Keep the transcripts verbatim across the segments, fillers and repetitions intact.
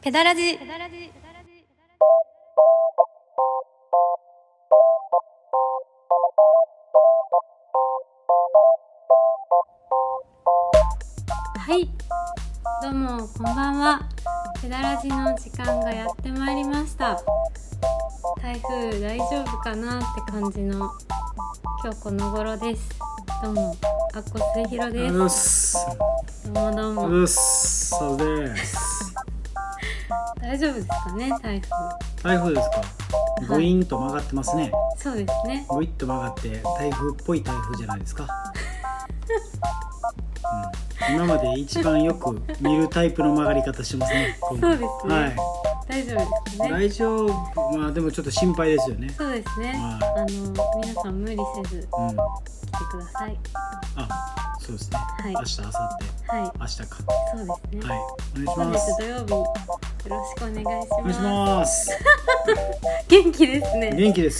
ペダラジ。はい、どうもこんばんは。ペダラジの時間がやってまいりました。台風大丈夫かなって感じの今日この頃です。どうもあっこすいひろです。 うっすどうもどうも。 うっすそうです。 大丈夫ですかね、台風。 台風ですか。グイーンと曲がってますね。 そうですね。 グイッと曲がって台風っぽい台風じゃないですか、うん、今まで一番よく見るタイプの曲がり方しますね。 そうですね、 はい、 大丈夫ですかね。 大丈夫。まあでもちょっと心配ですよね。 そうですね、 はい、 あの皆さん無理せずうん、 来てください。 あ、そうですね、 はい、 明日、明後日、 はい、 明日か。 そうですね、 はい、お願いし本日ます。 土曜日よろしくお願いします。 お願いします。 元気ですね。 元気です。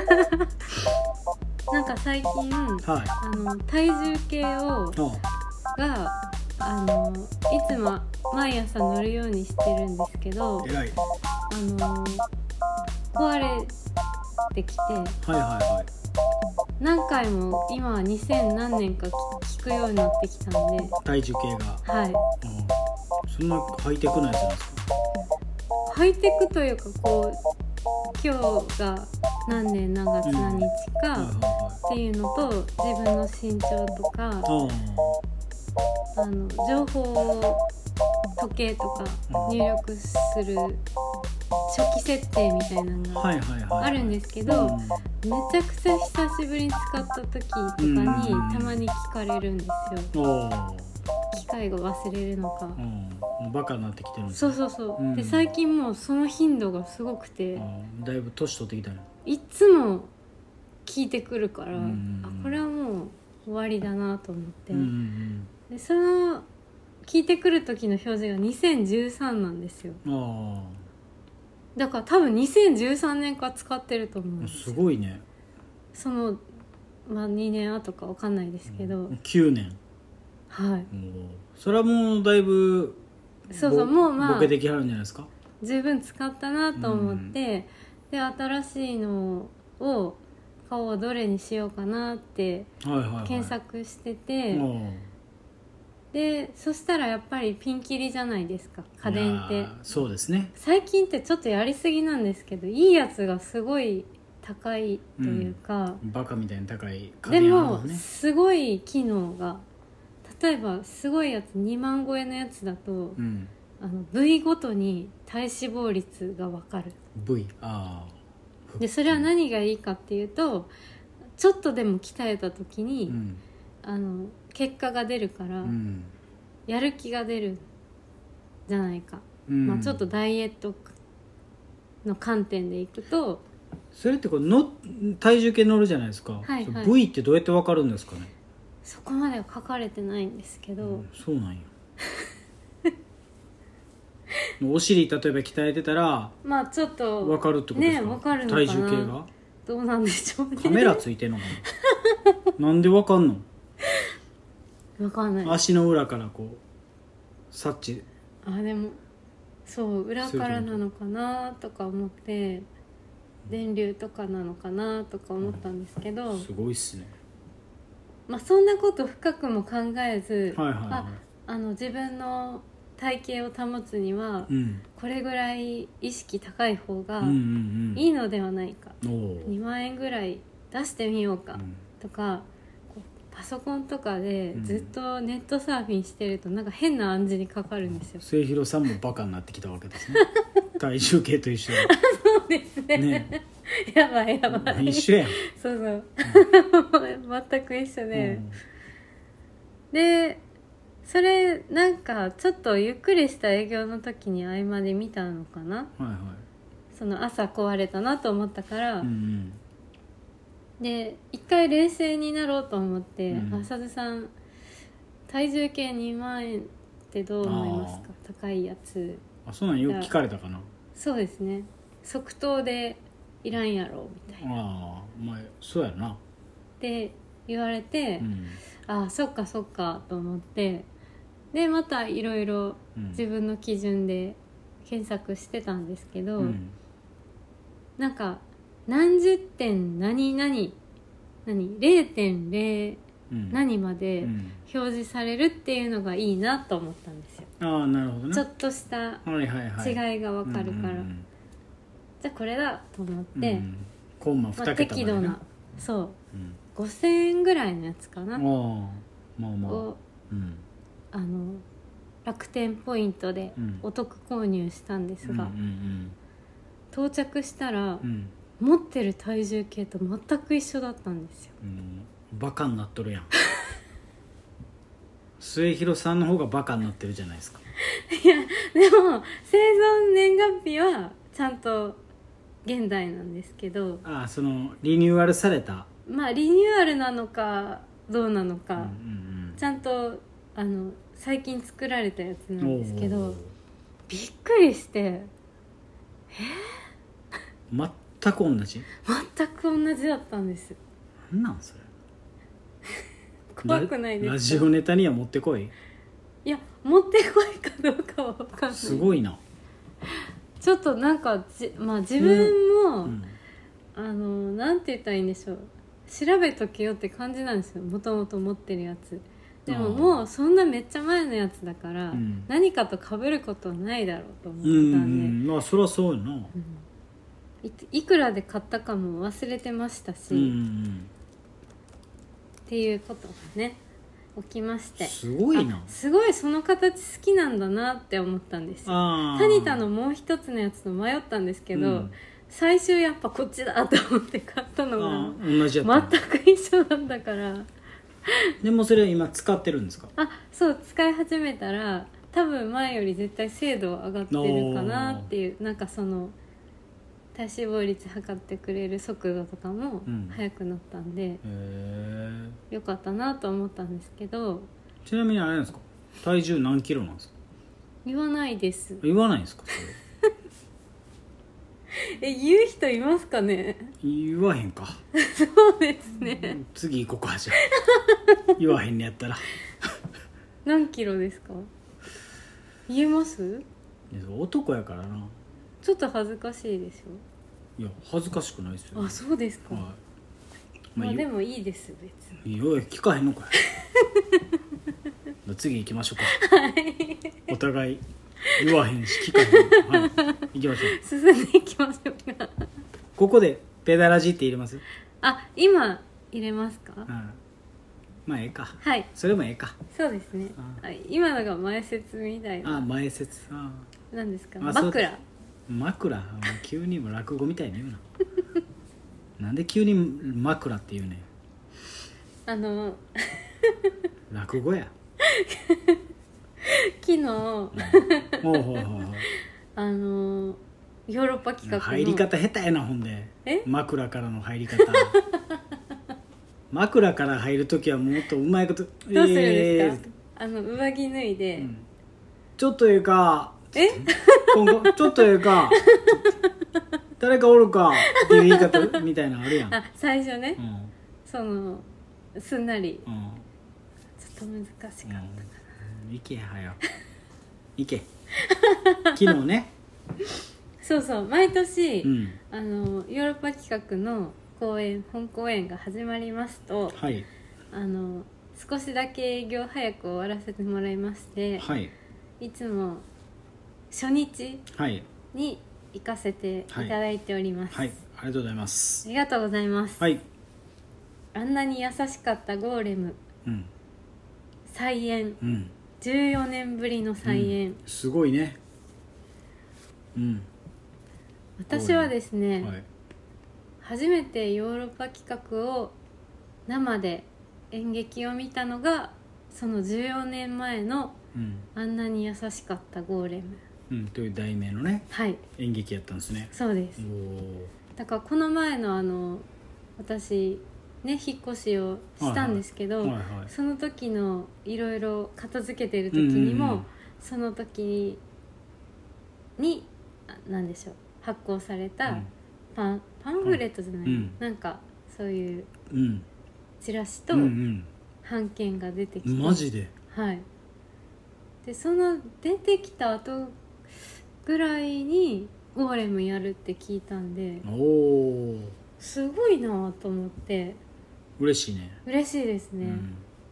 なんか最近、 はい、 あの体重計をがあのいつも毎朝乗るようにしてるんですけど、 えらい。 あの壊れてきて、 はいはいはい。 何回も今はにせん何年か聞くようになってきたんで、 体重計が、 はい、 うん、そんなハイテクなやつなんですか。 ハイテクというか、こう今日が何年何月何日かっていうのと、自分の身長とか、あの情報を時計とか入力する初期設定みたいなのがあるんですけど、めちゃくちゃ久しぶりに使った時とかにたまに聞かれるんですよ。機械が忘れるのか、 うん、もうバカになってきてるんです。 そうそうそう、 うん、 で最近もうその頻度がすごくて、 だいぶ年取ってきたの。 いつも聞いてくるから、 うん、 あ、これはもう終わりだなと思って、 うん、 でその聞いてくる時の表示がにせんじゅうさんなんですよ。 あ、 だから多分にせんじゅうさんねんから使ってると思うんですよ。 すごいね。 その、まあ、にねんごか分かんないですけど、うん、 きゅうねん。 はい。 それはもうだいぶそうそう、もうまあボケてきはるんじゃないですか。 十分使ったなと思って、うん、で新しいのを買おう、どれにしようかなって検索してて、はいはいはい、でそしたらやっぱりピンキリじゃないですか、家電って。 そうですね、 最近ってちょっとやりすぎなんですけど、いいやつがすごい高いというか、 うん、バカみたいに高い家電あるのね。 でもすごい機能が、例えばすごいやつにまん超えのやつだと、うん、あの部位ごとに体脂肪率が分かる。 部位、ああ、でそれは何がいいかっていうと、ちょっとでも鍛えた時に、うん、あの結果が出るから、うん、やる気が出るじゃないか、うん、まあ、ちょっとダイエットの観点でいくと、 それってこうの体重計乗るじゃないですか、はいはい、部位ってどうやって分かるんですかね。 そこまでは書かれてないんですけど、うん、 そうなんやお尻例えば鍛えてたらまあちょっと分かるってことですか、 ね、分かるのかな、 体重計がどうなんでしょうね。 カメラついてんのかななんで分かんの。 分かんない。 足の裏からこう察知。 あ、でもそう裏からなのかなとか思って、電流とかなのかなとか思ったんですけど、 うん、すごいっすね。 まあ、そんなこと深くも考えず、 はいはいはい、 ああの自分の体型を保つには、うん、これぐらい意識高い方がいいのではないか、うんうんうん、にまんえんぐらい出してみようか、うん、とか、こうパソコンとかでずっとネットサーフィンしてるとなんか変な暗示にかかるんですよ。 末広さんもバカになってきたわけですね体重計と一緒でそうですね、ねやばいやばい、 一緒やん。 そうそう、うん、全く一緒で、うん、でそれなんかちょっとゆっくりした営業の時に合間で見たのかな、はいはい、その朝壊れたなと思ったから、うんうん、で一回冷静になろうと思って、うん、浅津さん体重計にまんえんってどう思いますか、高いやつ。 あ、そんなんよく聞かれたかな。 そうですね、即答でいらんやろみたいな。 あ、まあそうやなって言われて、うん、あ、そっかそっかと思って、でまたいろいろ自分の基準で検索してたんですけど、 うん、 なんか何十点何何何 れいてんれい 何まで表示されるっていうのがいいなと思ったんですよ。 ああなるほどね。 ちょっとした違いが分かるから、じゃあこれだと思って、うん、 コンマにけたまで、ね、 適度なそう、うん、ごせんえんぐらいのやつかな、 あまあまあ、 を、うん、あの楽天ポイントでお得購入したんですが、うんうんうん、到着したら、うん、持ってる体重計と全く一緒だったんですよ、 うん、バカになっとるやん末広さんの方がバカになってるじゃないですかいやでも生存年月日はちゃんと現代なんですけど、 ああそのリニューアルされた、 まあリニューアルなのかどうなのか、うんうんうん、ちゃんとあの最近作られたやつなんですけど、びっくりして、えー、全く同じ全く同じだったんです。 なんなんそれ怖くないですか。 ラジオネタには持ってこい。 いや持ってこいかどうかは分かんない。 すごいな。 ちょっとなんかじ、まあ、自分も、うん、あのなんて言ったらいいんでしょう、調べとけよって感じなんですよ、もともと持ってるやつでも。もうそんなめっちゃ前のやつだから、うん、何かと被ることはないだろうと思ってたんで、 まあそりゃそうよな、うん、 い, いくらで買ったかも忘れてましたし、うんうん、っていうことがね起きまして、 すごいな、 すごいその形好きなんだなって思ったんですよ。タニタのもう一つのやつと迷ったんですけど、うん、最終やっぱこっちだと思って買ったのが同じやった全く一緒なんだからでもそれは今使ってるんですか。 あ、そう使い始めたら多分前より絶対精度は上がってるかなっていう、なんかその体脂肪率測ってくれる速度とかも速くなったんで、うん、へーよかったなと思ったんですけど。 ちなみにあれなんですか、体重何キロなんですか。 言わないです。 言わないんですかそれえ言う人いますかね。 言わへんかそうですね、 次行こうかじゃあ言わへんねやったら何キロですか。言えます。 男やからな。 ちょっと恥ずかしいでしょ。いや恥ずかしくないですよ、ね、 あ、そうですか、はい。まあ、でもいいです別に。 おい聞かへんのかい次行きましょうか、はい、お互い言わへんし聞かへん、はい、行きましょう。 進んでいきましょうかここでペダラジって入れます。 あ、今入れますか。うん、 まあええか。 はい、 それもええか。 そうですね。あ、今のが前説みたいな。 あ、前説。あ、 何ですか。枕。 枕。急にも落語みたいに言うななんで急に枕って言うねん。 あの落語や昨日、うん、 ほうほうほうほうあのヨーロッパ企画の入り方下手やな。ほんでえ枕からの入り方枕から入るときはもっとうまいこと。どうするんですか、えー、あの上着脱いで、うん、 ちょっとええかえ今後ちょっとええか誰かおるかっていう言い方みたいなのあるやん。 あ、最初ね、うん、そのすんなり、うん、ちょっと難しかったかな、 うん、いけはよいけ昨日ねそうそう、毎年、うん、あのヨーロッパ企画の公演本公演が始まりますと、はい、あの少しだけ営業早く終わらせてもらいまして、はい、いつも初日に行かせていただいております。 はい、はい、ありがとうございます。 ありがとうございます。 はい、 あんなに優しかったゴーレム、うん、再演、うん、じゅうよねんぶりの再演、うん、 すごいね、うん、 私はですね、はい、初めてヨーロッパ企画を生で演劇を見たのがそのじゅうよねんまえの、うん、あんなに優しかったゴーレム、 うん、という題名のね、はい、演劇やったんですね。 そうです。だからこの前のあの私ね引っ越しをしたんですけど、はいはいはいはい、その時のいろいろ片付けてる時にも、うんうんうん、その時に何でしょう、発行されたパン、うん、パンフレットじゃない、うん、なんかそういうチラシと版権が出てきて、 マジで、 はい、でその出てきた後ぐらいにゴーレムやるって聞いたんで、 おおすごいなと思って嬉しいね。 嬉しいですね、 うん、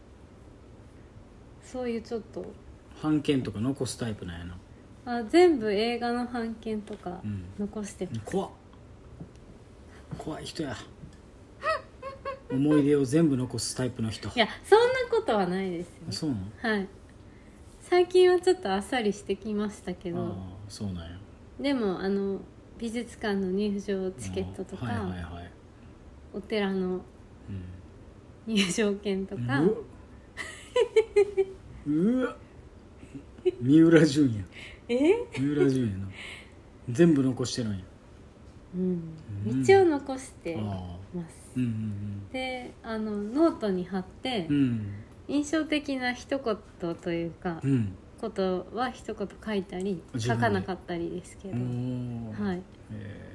そういうちょっと版権とか残すタイプなんやな。 あ全部映画の版権とかうん残してます、 怖っ怖い人や思い出を全部残すタイプの人。 いやそんなことはないですよ。 そうなの。 はい最近はちょっとあっさりしてきましたけど、 ああそうなんや。 でもあの美術館の入場チケットとか、 はいはいはい、 お寺のうん、 入場券とか、 うわうわ三浦淳や。 え三浦淳やな。全部残してるんや。 うんうん一応残してあます、 あうんうんであのノートに貼って、 うんうん印象的な一言というか、 うんことは一言書いたり自分で書かなかったりですけど、 おーはいえ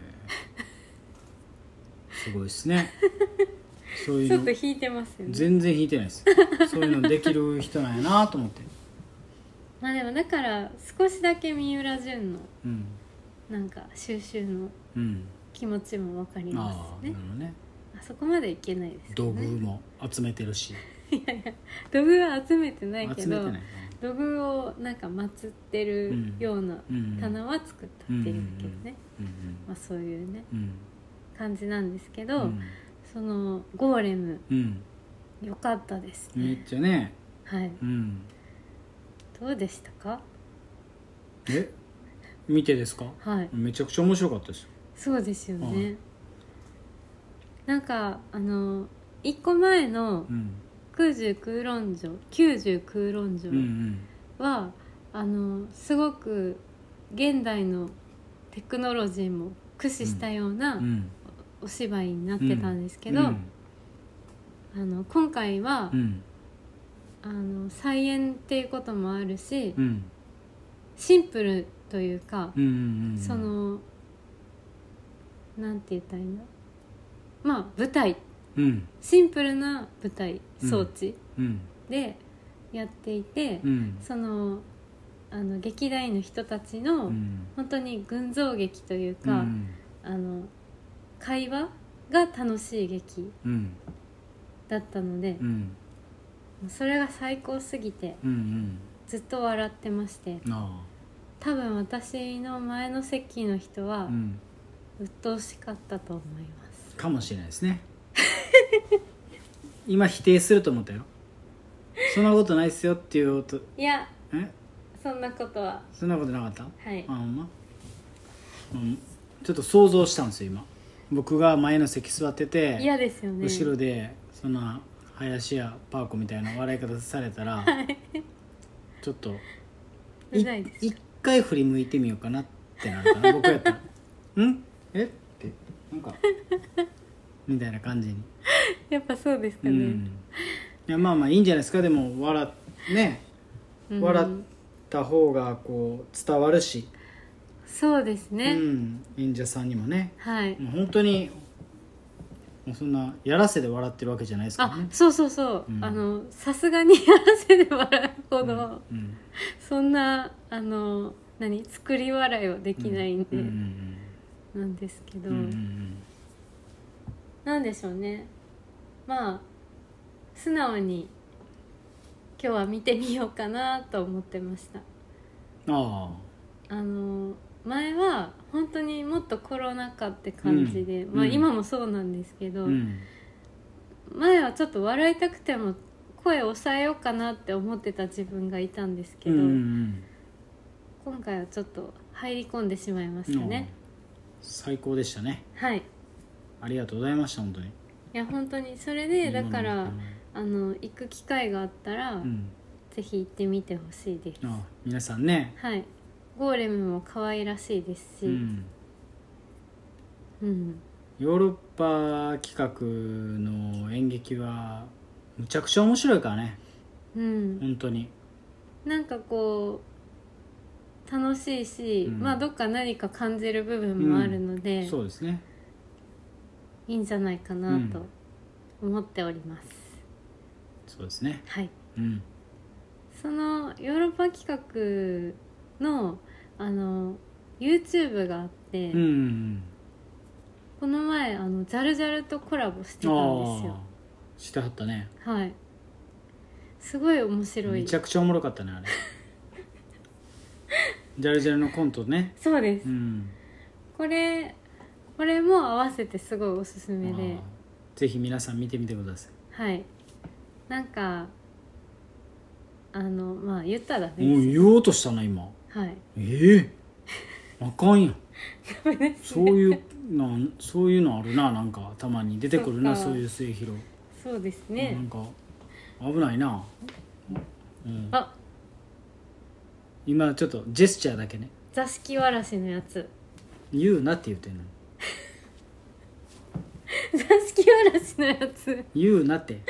ーすごいですねそういうのちょっと引いてますよね。 全然弾いてないですそういうのできる人なんやなと思って。 まあでもだから少しだけ三浦淳のうんなんか収集のうん気持ちも分かりあますね。 あなるほどね。 あそこまでいけないですけ道どね。 具も集めてるし。 道具は集めてないけど集めてない道具をなんか祀ってるようなうん棚は作ったっていうけどね、 うんまあ、そういうねうん感じなんですけど、 うんそのゴーレムうん良かったですめっね。 ちゃね。 はいうんどうでしたか？ え見てですか？ はいめちゃくちゃ面白かったですよ。 そうですよね、 はいなんかあのいっこまえのうん空十空論城きゅうじゅう空論城うんうんは、あのすごく現代のテクノロジーも駆使したようなうんお芝居になってたんですけど、 うんあの今回は、 うんあの再演っていうこともあるし、 うんシンプルというか、 うんうんうんそのなんて言ったらいいの、まあ舞台うんシンプルな舞台うん装置うんでやっていて、 うんそのあの劇団員の人たちの、 うん本当に群像劇といううか、 んあの会話が楽しい劇うんだったので、 うんそれが最高すぎてうんずっと笑ってまして、 うんあ多分私の前の席の人はあうん鬱陶しかったと思います。 かもしれないですね今否定すると思ったよ。そんなことないっすよっていう音。 いやえそんなことはそんなことなかった？ はいあほんま、うん、ちょっと想像したんですよ今。僕が前の席座ってて嫌ですよね。 後ろでそんな林家パー子みたいな笑い方されたらちょっとうざいです。 一回振り向いてみようかなってなるかな僕やったらんえってなんかみたいな感じに、 やっぱそうですかね、 うん、いやまあまあいいんじゃないですか。でも笑っねうん笑った方がこう伝わるし、 そうですね、 うん、演者さんにもね、 はい、 もう本当にもうそんなやらせで笑ってるわけじゃないですからね。 あそうそうそう、 うんあのさすがにやらせで笑うほど、 うんそんなあの何作り笑いはできないんで、 うんうんなんですけど、 うんうんうんなんでしょうね、まあ素直に今日は見てみようかなと思ってました。 ああの前は本当にもっとコロナ禍って感じで、まあ、 うんうん今もそうなんですけど、 あうん前はちょっと笑いたくても声を抑えようかなって思ってた自分がいたんですけど、 うんうん今回はちょっと入り込んでしまいましたね。 最高でしたね。 はいいありがとうございました本当に。 や本当にそれでだからうんあの行く機会があったら、 うんぜひ行ってみてほしいです。 あ皆さんね、 はいゴーレムも可愛らしいですし、 ううんん、ヨーロッパ企画の演劇はむちゃくちゃ面白いからねうん、 本当に。 なんかこう楽しいし、 うんまあどっか何か感じる部分もあるので、 そうですね。 いいんじゃないかなと思っております。 そうですね。 はいうんそのヨーロッパ企画のあの YouTube があって、 うんうん、 この前あのジャルジャルとコラボしてたんですよ。 してはったね。 はい、すごい面白い。 めちゃくちゃおもろかったねあれジャルジャルのコントね。 そうです、 うん、これこれも合わせてすごいおすすめで、 ぜひ皆さん見てみてください。 はい、なんかあのまあ言ったらね、 もう言おうとしたな今。 はい、 ええー、あかんやんごめんなさいそういうなんそういうのあるな、なんかたまに出てくるな、そういう末広。 そうですね、 なんか危ないな、うん、 あ、 今ちょっとジェスチャーだけね。 座敷わらしのやつ言うなって言ってんの座敷わらしのやつ言うなって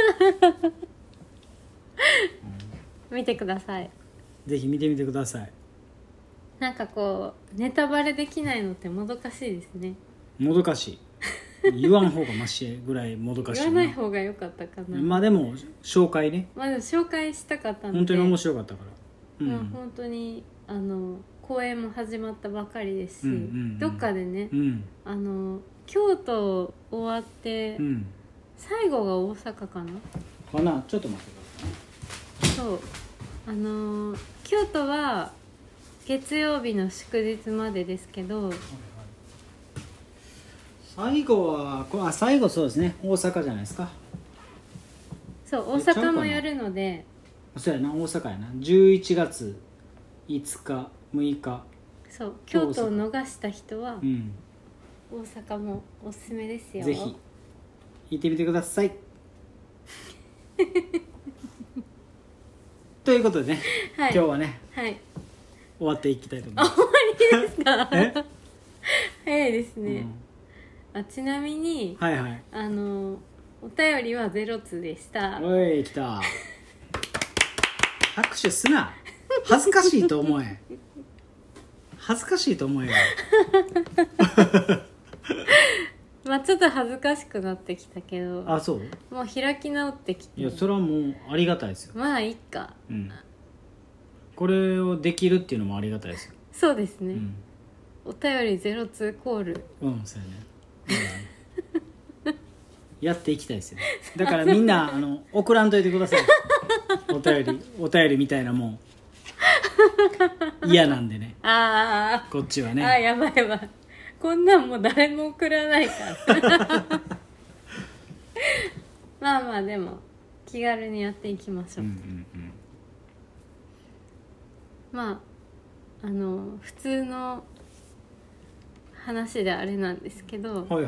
見てください。 ぜひ見てみてください。 なんかこうネタバレできないのってもどかしいですね。 もどかしい言わん方がマシぐらいもどかしいな。 言わない方が良かったかな。 まあでも紹介ね、 まあでも紹介したかったので本当に面白かったから、うん、 まあ、本当にあの公演も始まったばかりですし、 うんうんうん、 どっかでね、 うん、 あの京都終わって、うん、最後が大阪かなかな。ちょっと待ってください。 そう、あの京都は月曜日の祝日までですけど、はいはい、 最後はこあ最後そうですね、大阪じゃないですか。 そう大阪もやるので、 そうやな、大阪やな。じゅういちがついつかむいか、 そう京都を逃した人は、 うん、 大阪もおすすめですよ。 ぜひ行ってみてくださいということでね、はい、今日はね、はい、終わっていきたいと思います。 終わりですか早いですね、うん、あちなみに、はいはい、あのお便りはゼロ通でした。 おい来た拍手すな、恥ずかしいと思え恥ずかしいと思えよまあちょっと恥ずかしくなってきたけど、 あ、そう、 もう開き直ってきて、 いやそれはもうありがたいですよ。 まあいいか、うん、 これをできるっていうのもありがたいですよ。 そうですね、うん、お便りゼロツーコール、 うん、そうやね、うん、やっていきたいですよ。だからみんなあの送らんといてくださいお便りお便りみたいなもん嫌なんでね。 ああこっちはね、 あ、やばいやばい、こんなんもう誰も送らないからまあまあでも気軽にやっていきましょう、うんうんうん、まああの普通の話であれなんですけど、 はいはい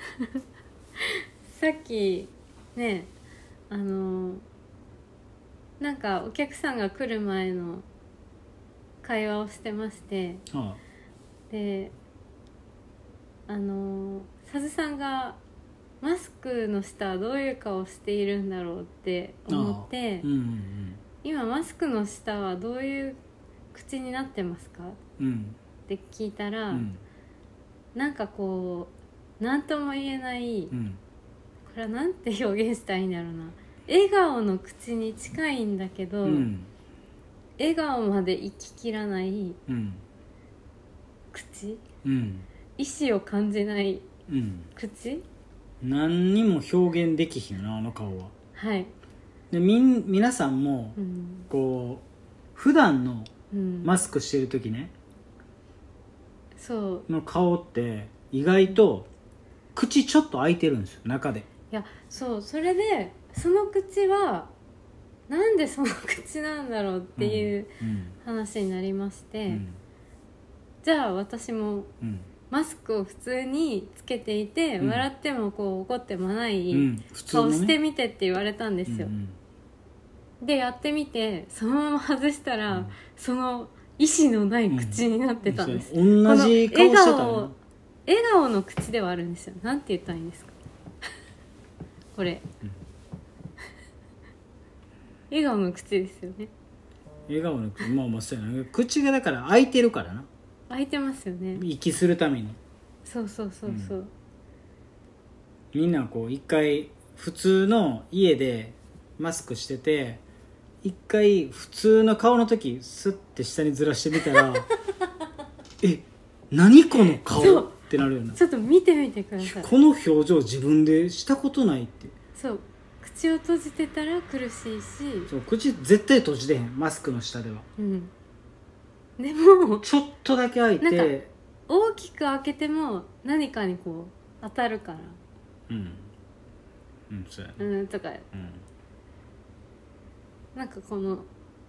さっきね、あのなんかお客さんが来る前の会話をしてまして、はあ、であのさずさんがマスクの下はどういう顔しているんだろうって思って、うんうんうん、今マスクの下はどういう口になってますか、うん、って聞いたら、うん、なんかこう何とも言えない、うん、これはなんて表現したらいいんだろうな、笑顔の口に近いんだけど、うん、笑顔まで行ききらない、うん、口、うん、意志を感じない、うん、口、 何にも表現できひんよな、あの顔は。 はい。 でみん皆さんも、うん、こう普段のマスクしてる時ね、うん、そうの顔って意外と口ちょっと開いてるんですよ、中で。 いや、そうそれでその口はなんでその口なんだろうっていう話になりまして、うんうん、じゃあ私も、うんマスクを普通につけていて、うん、笑ってもこう怒ってもない顔してみてって言われたんですよ、うんうん、でやってみてそのまま外したら、うん、その意思のない口になってたんです、 うん、同じ顔してたの。 笑顔の口ではあるんですよ。なんて言ったらいいんですかこれ、うん、笑顔の口ですよね。 笑顔の口、まあまあそうやな、口がだから開いてるからな、 開いてますよね、 息するために。 そうそうそうそう、うん、 みんなこう一回普通の家でマスクしてて一回普通の顔の時スッて下にずらしてみたらえ何この顔ってなるよな。 ちょっと見てみてください。 この表情自分でしたことないって。 そう口を閉じてたら苦しいし、 そう口絶対閉じてへん、マスクの下では。うんでもちょっとだけ開いて大きく開けても何かにこう当たるから、 うんうんそうやね、 うんとか、うん、なんかこの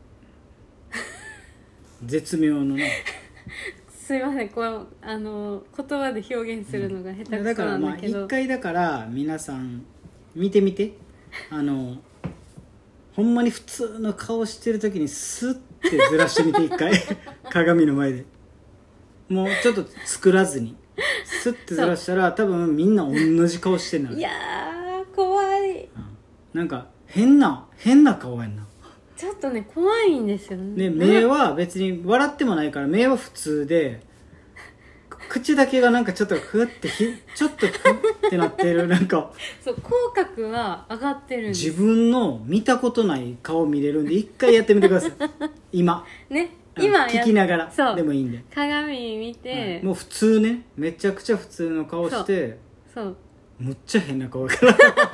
絶妙のねすいません、こうあの言葉で表現するのが下手くそなんだけど、 だからまあ一回だから皆さん見てみて、あのほんまに普通の顔してる時にスッてずらしてみて一回鏡の前でもうちょっと作らずにスッてずらしたら多分みんな同じ顔してんの。 いやー怖い、 うん、なんか変な変な顔やんな。 ちょっとね怖いんですよね。 で目は別に笑ってもないから目は普通で口だけがなんかちょっとふってひちょっとふってなってるなんかそう口角は上がってるんです。 自分の見たことない顔見れるんで一回やってみてください今ね今聞きながらそうでもいいんで鏡見て、はい、 もう普通ねめちゃくちゃ普通の顔してそうそうむっちゃ変な顔やから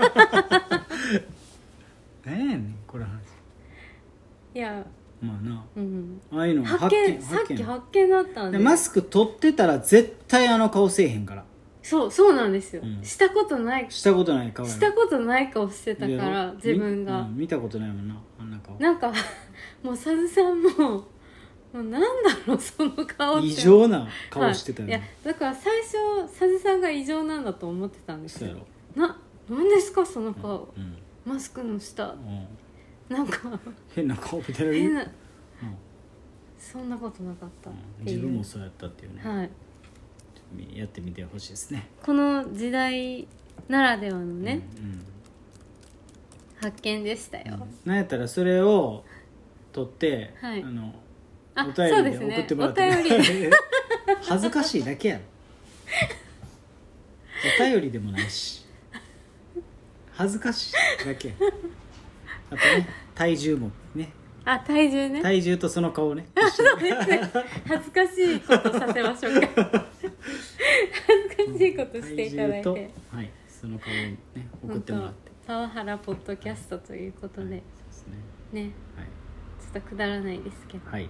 何やねんこれ話。 いやまあな、 うん、 ああいうの発見さっき発見だったんでマスク取ってたら絶対あの顔せえへんから。 そうそうなんですよ、うん、したことないしたことない顔やしたことない顔してたから自分が、 うん、見たことないもんなあんな顔。 なんかもうさずさんももうなんだろうその顔って異常な顔してたよね、 はい、いやだから最初さずさんが異常なんだと思ってたんですよ。 そうやろななんですかその顔、 うん、 マスクの下、うん、なんか変な顔みたいな変な、うん、そんなことなかったっていう、 自分もそうやったっていうね、 はい、 やってみてほしいですね。 この時代ならではのね、うんうん、発見でしたよ、うん、 なんやったらそれを取って、はい、あのお便りで送ってもらって、ね、恥ずかしいだけやろお便りでもないし恥ずかしいだけ。あとね体重もね、 あ体重ね体重とその顔ねそうですね恥ずかしいことさせましょうか恥ずかしいことしていただいて、はい、 その顔をね送ってもらってパワハラポッドキャストということで、はい、そうですね、ね、はい、ちょっとくだらないですけど、はい、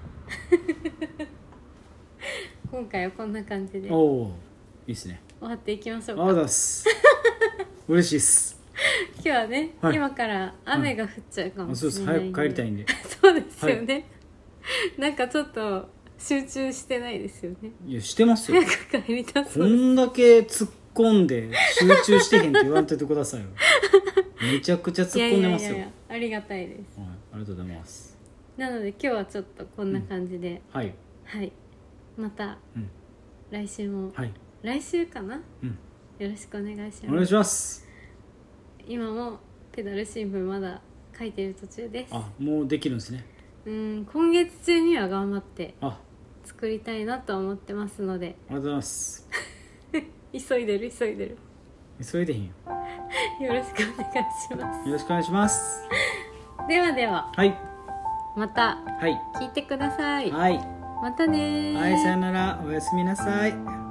今回はこんな感じでおおいいですね、 終わっていきましょうか。 ありがとうございます嬉しいです今日はね、はい、今から雨が降っちゃうかもしれないんで、はい、そうです早く帰りたいんでそうですよね、はい、なんかちょっと集中してないですよね。 いやしてますよ、 早く帰りたそうです。 こんだけ突っ込んで集中してへんって言わんといてくださいよめちゃくちゃ突っ込んでますよ。いやいやいやありがたいです、 はい、ありがとうございます。 なので今日はちょっとこんな感じで、 うん、はい、 はい、また、うん、来週も、 はい、 来週かな、うん、よろしくお願いします。 お願いします。 今もペダル新聞まだ書いてる途中です。 あ、もうできるんですね。 うん、今月中には頑張って作りたいなと思ってますので。 ありがとうございます急いでる急いでる急いでへんよよろしくお願いします。 よろしくお願いしますではでは、 はい、 また聞いてください。 はい、 またね。 はい、さよなら、おやすみなさい。